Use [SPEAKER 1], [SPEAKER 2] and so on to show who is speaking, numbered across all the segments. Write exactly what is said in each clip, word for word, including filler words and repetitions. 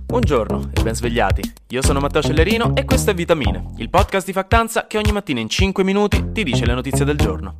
[SPEAKER 1] Buongiorno e ben svegliati, io sono Matteo Cellerino e questo è Vitamine, il podcast di Factanza che ogni mattina in cinque minuti ti dice le notizie del giorno.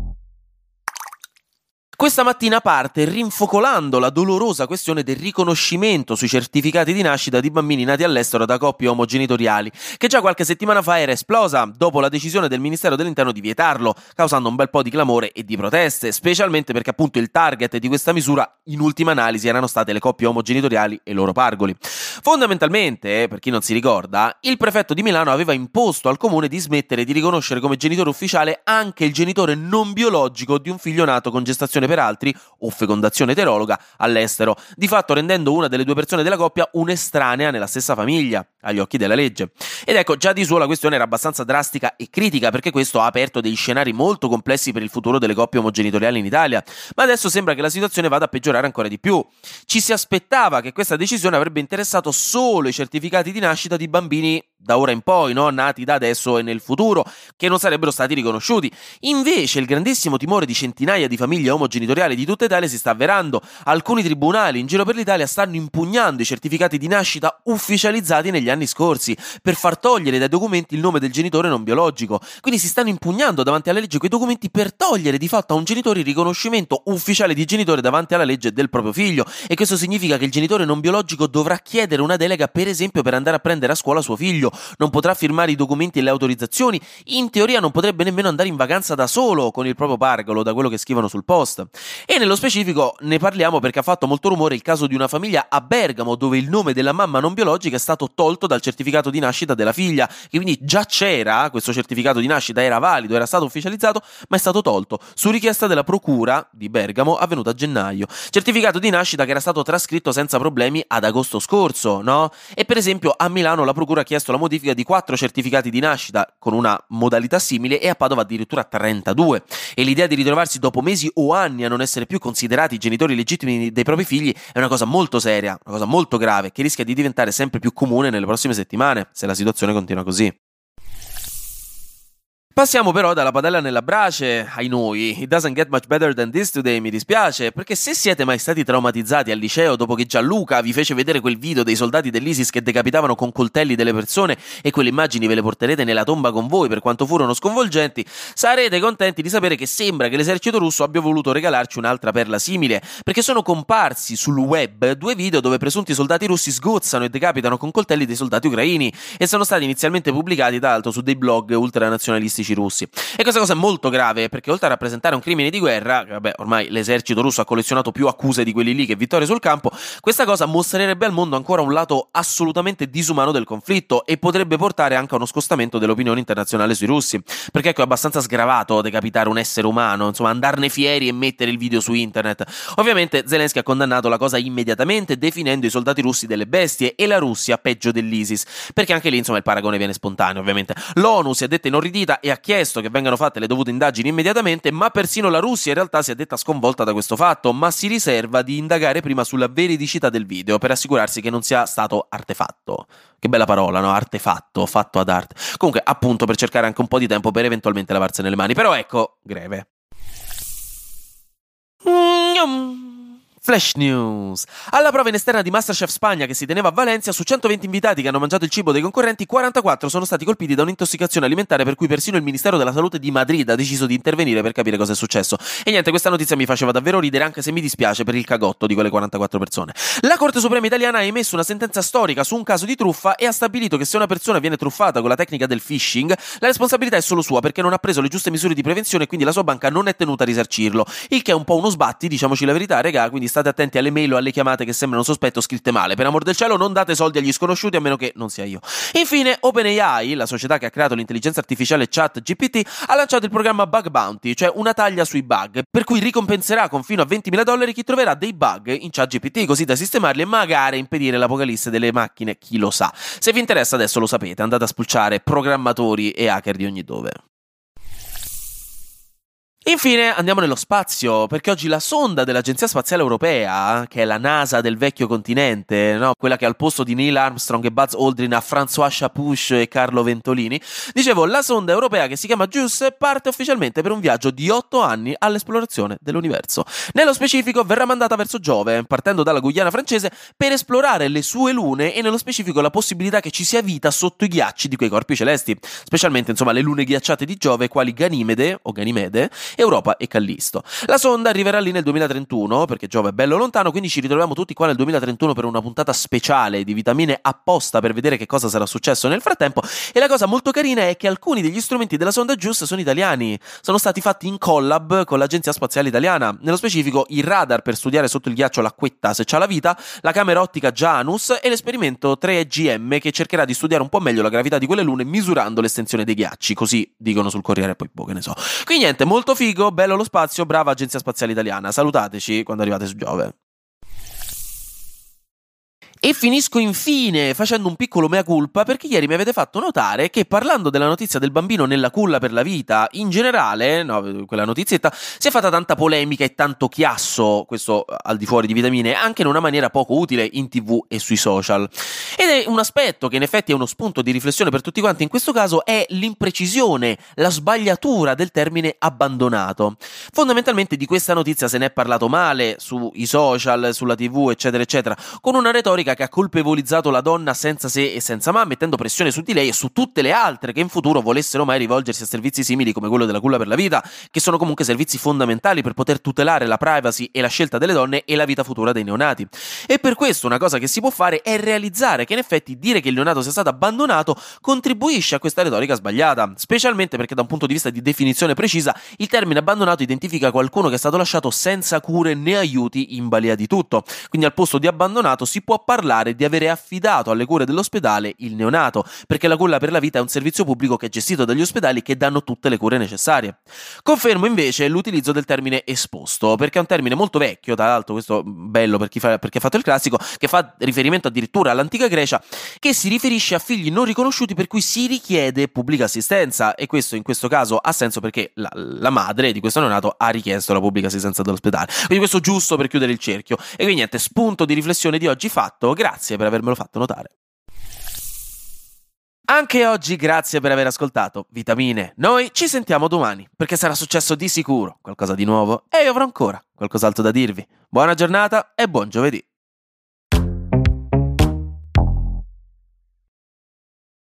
[SPEAKER 1] Questa mattina parte rinfocolando la dolorosa questione del riconoscimento sui certificati di nascita di bambini nati all'estero da coppie omogenitoriali, che già qualche settimana fa era esplosa dopo la decisione del Ministero dell'Interno di vietarlo, causando un bel po' di clamore e di proteste, specialmente perché appunto il target di questa misura in ultima analisi erano state le coppie omogenitoriali e i loro pargoli. Fondamentalmente, per chi non si ricorda, il prefetto di Milano aveva imposto al comune di smettere di riconoscere come genitore ufficiale anche il genitore non biologico di un figlio nato con gestazione per altri o fecondazione eterologa all'estero, di fatto rendendo una delle due persone della coppia un'estranea nella stessa famiglia, agli occhi della legge. Ed ecco, già di suo la questione era abbastanza drastica e critica, perché questo ha aperto dei scenari molto complessi per il futuro delle coppie omogenitoriali in Italia, ma adesso sembra che la situazione vada a peggiorare ancora di più. Ci si aspettava che questa decisione avrebbe interessato solo i certificati di nascita di bambini da ora in poi, no? Nati da adesso e nel futuro, che non sarebbero stati riconosciuti. Invece il grandissimo timore di centinaia di famiglie omogenitoriali di tutta Italia si sta avverando. Alcuni tribunali in giro per l'Italia stanno impugnando i certificati di nascita ufficializzati negli anni scorsi per far togliere dai documenti il nome del genitore non biologico. Quindi si stanno impugnando davanti alla legge quei documenti per togliere di fatto a un genitore il riconoscimento ufficiale di genitore davanti alla legge del proprio figlio, e questo significa che il genitore non biologico dovrà chiedere una delega, per esempio per andare a prendere a scuola suo figlio, non potrà firmare i documenti e le autorizzazioni, in teoria non potrebbe nemmeno andare in vacanza da solo con il proprio pargolo, da quello che scrivono sul post. E nello specifico ne parliamo perché ha fatto molto rumore il caso di una famiglia a Bergamo dove il nome della mamma non biologica è stato tolto dal certificato di nascita della figlia, che quindi già c'era, questo certificato di nascita era valido, era stato ufficializzato, ma è stato tolto su richiesta della procura di Bergamo avvenuta a gennaio. Certificato di nascita che era stato trascritto senza problemi ad agosto scorso, no? E per esempio a Milano la procura ha chiesto la modifica di quattro certificati di nascita con una modalità simile e a Padova addirittura trentadue. E l'idea di ritrovarsi dopo mesi o anni a non essere più considerati i genitori legittimi dei propri figli è una cosa molto seria, una cosa molto grave, che rischia di diventare sempre più comune nelle prossime settimane, se la situazione continua così. Passiamo però dalla padella nella brace ai noi. It doesn't get much better than this today, mi dispiace, perché se siete mai stati traumatizzati al liceo dopo che Gianluca vi fece vedere quel video dei soldati dell'ISIS che decapitavano con coltelli delle persone e quelle immagini ve le porterete nella tomba con voi per quanto furono sconvolgenti, sarete contenti di sapere che sembra che l'esercito russo abbia voluto regalarci un'altra perla simile, perché sono comparsi sul web due video dove presunti soldati russi sgozzano e decapitano con coltelli dei soldati ucraini e sono stati inizialmente pubblicati tra l'altro su dei blog ultranazionalisti russi. E questa cosa è molto grave, perché oltre a rappresentare un crimine di guerra, che vabbè ormai l'esercito russo ha collezionato più accuse di quelli lì che vittorie sul campo, questa cosa mostrerebbe al mondo ancora un lato assolutamente disumano del conflitto e potrebbe portare anche a uno scostamento dell'opinione internazionale sui russi, perché ecco è abbastanza sgravato decapitare un essere umano, insomma andarne fieri e mettere il video su internet. Ovviamente Zelensky ha condannato la cosa immediatamente, definendo i soldati russi delle bestie e la Russia peggio dell'ISIS, perché anche lì insomma il paragone viene spontaneo ovviamente. L'ONU si è detta inorridita e ha chiesto che vengano fatte le dovute indagini immediatamente, ma persino la Russia in realtà si è detta sconvolta da questo fatto, ma si riserva di indagare prima sulla veridicità del video per assicurarsi che non sia stato artefatto. Che bella parola, no? Artefatto, fatto ad arte. Comunque, appunto, per cercare anche un po' di tempo per eventualmente lavarsene le mani. Però ecco, greve. Mm-hmm. Flash News. Alla prova in esterna di Masterchef Spagna che si teneva a Valencia, su centoventi invitati che hanno mangiato il cibo dei concorrenti, quarantaquattro sono stati colpiti da un'intossicazione alimentare, per cui persino il Ministero della Salute di Madrid ha deciso di intervenire per capire cosa è successo. E niente, questa notizia mi faceva davvero ridere, anche se mi dispiace per il cagotto di quelle quarantaquattro persone. La Corte Suprema italiana ha emesso una sentenza storica su un caso di truffa e ha stabilito che se una persona viene truffata con la tecnica del phishing, la responsabilità è solo sua, perché non ha preso le giuste misure di prevenzione e quindi la sua banca non è tenuta a risarcirlo. Il che è un po' uno sbatti, diciamoci la verità, regà, quindi state attenti alle mail o alle chiamate che sembrano sospetto scritte male. Per amor del cielo, non date soldi agli sconosciuti, a meno che non sia io. Infine, OpenAI, la società che ha creato l'intelligenza artificiale ChatGPT, ha lanciato il programma Bug Bounty, cioè una taglia sui bug, per cui ricompenserà con fino a ventimila dollari chi troverà dei bug in ChatGPT, così da sistemarli e magari impedire l'apocalisse delle macchine, chi lo sa. Se vi interessa adesso lo sapete, andate a spulciare programmatori e hacker di ogni dove. Infine andiamo nello spazio, perché oggi la sonda dell'Agenzia Spaziale Europea, che è la NASA del vecchio continente, no? Quella che al posto di Neil Armstrong e Buzz Aldrin ha François Chapuche e Carlo Ventolini, dicevo, la sonda europea che si chiama JUICE parte ufficialmente per un viaggio di otto anni all'esplorazione dell'universo. Nello specifico verrà mandata verso Giove, partendo dalla Guyana francese, per esplorare le sue lune e nello specifico la possibilità che ci sia vita sotto i ghiacci di quei corpi celesti, specialmente insomma le lune ghiacciate di Giove quali Ganimede o Ganimede, Europa e Callisto. La sonda arriverà lì nel duemilatrentuno, perché Giove è bello lontano, quindi ci ritroviamo tutti qua nel duemilatrentuno per una puntata speciale di Vitamine apposta per vedere che cosa sarà successo nel frattempo. E la cosa molto carina è che alcuni degli strumenti della sonda JUICE sono italiani, sono stati fatti in collab con l'Agenzia Spaziale Italiana, nello specifico il radar per studiare sotto il ghiaccio l'acquetta se c'ha la vita, la camera ottica Janus e l'esperimento tre G M che cercherà di studiare un po' meglio la gravità di quelle lune misurando l'estensione dei ghiacci, così dicono sul Corriere, poi boh che ne so. Quindi niente, molto figo, bello lo spazio, brava Agenzia Spaziale Italiana, salutateci quando arrivate su Giove. E finisco infine facendo un piccolo mea culpa perché ieri mi avete fatto notare che parlando della notizia del bambino nella culla per la vita, in generale, no, quella notizietta, si è fatta tanta polemica e tanto chiasso, questo al di fuori di Vitamine, anche in una maniera poco utile in tv e sui social. Ed è un aspetto che in effetti è uno spunto di riflessione per tutti quanti, in questo caso è l'imprecisione, la sbagliatura del termine abbandonato. Fondamentalmente di questa notizia se ne è parlato male sui social, sulla tv, eccetera, eccetera, con una retorica che ha colpevolizzato la donna senza se e senza ma, mettendo pressione su di lei e su tutte le altre che in futuro volessero mai rivolgersi a servizi simili come quello della culla per la vita, che sono comunque servizi fondamentali per poter tutelare la privacy e la scelta delle donne e la vita futura dei neonati. E per questo una cosa che si può fare è realizzare che in effetti dire che il neonato sia stato abbandonato contribuisce a questa retorica sbagliata, specialmente perché da un punto di vista di definizione precisa il termine abbandonato identifica qualcuno che è stato lasciato senza cure né aiuti in balia di tutto. Quindi al posto di abbandonato si può parlare di avere affidato alle cure dell'ospedale il neonato, perché la culla per la vita è un servizio pubblico che è gestito dagli ospedali che danno tutte le cure necessarie. Confermo invece l'utilizzo del termine esposto, perché è un termine molto vecchio, tra l'altro questo bello per chi fa, perché ha fatto il classico, che fa riferimento addirittura all'antica Grecia, che si riferisce a figli non riconosciuti per cui si richiede pubblica assistenza, e questo in questo caso ha senso perché la, la madre di questo neonato ha richiesto la pubblica assistenza dell'ospedale. Quindi questo giusto per chiudere il cerchio. E quindi niente, spunto di riflessione di oggi fatto. Grazie per avermelo fatto notare. Anche oggi grazie per aver ascoltato Vitamine. Noi ci sentiamo domani, perché sarà successo di sicuro qualcosa di nuovo e io avrò ancora qualcos'altro da dirvi. Buona giornata e buon giovedì.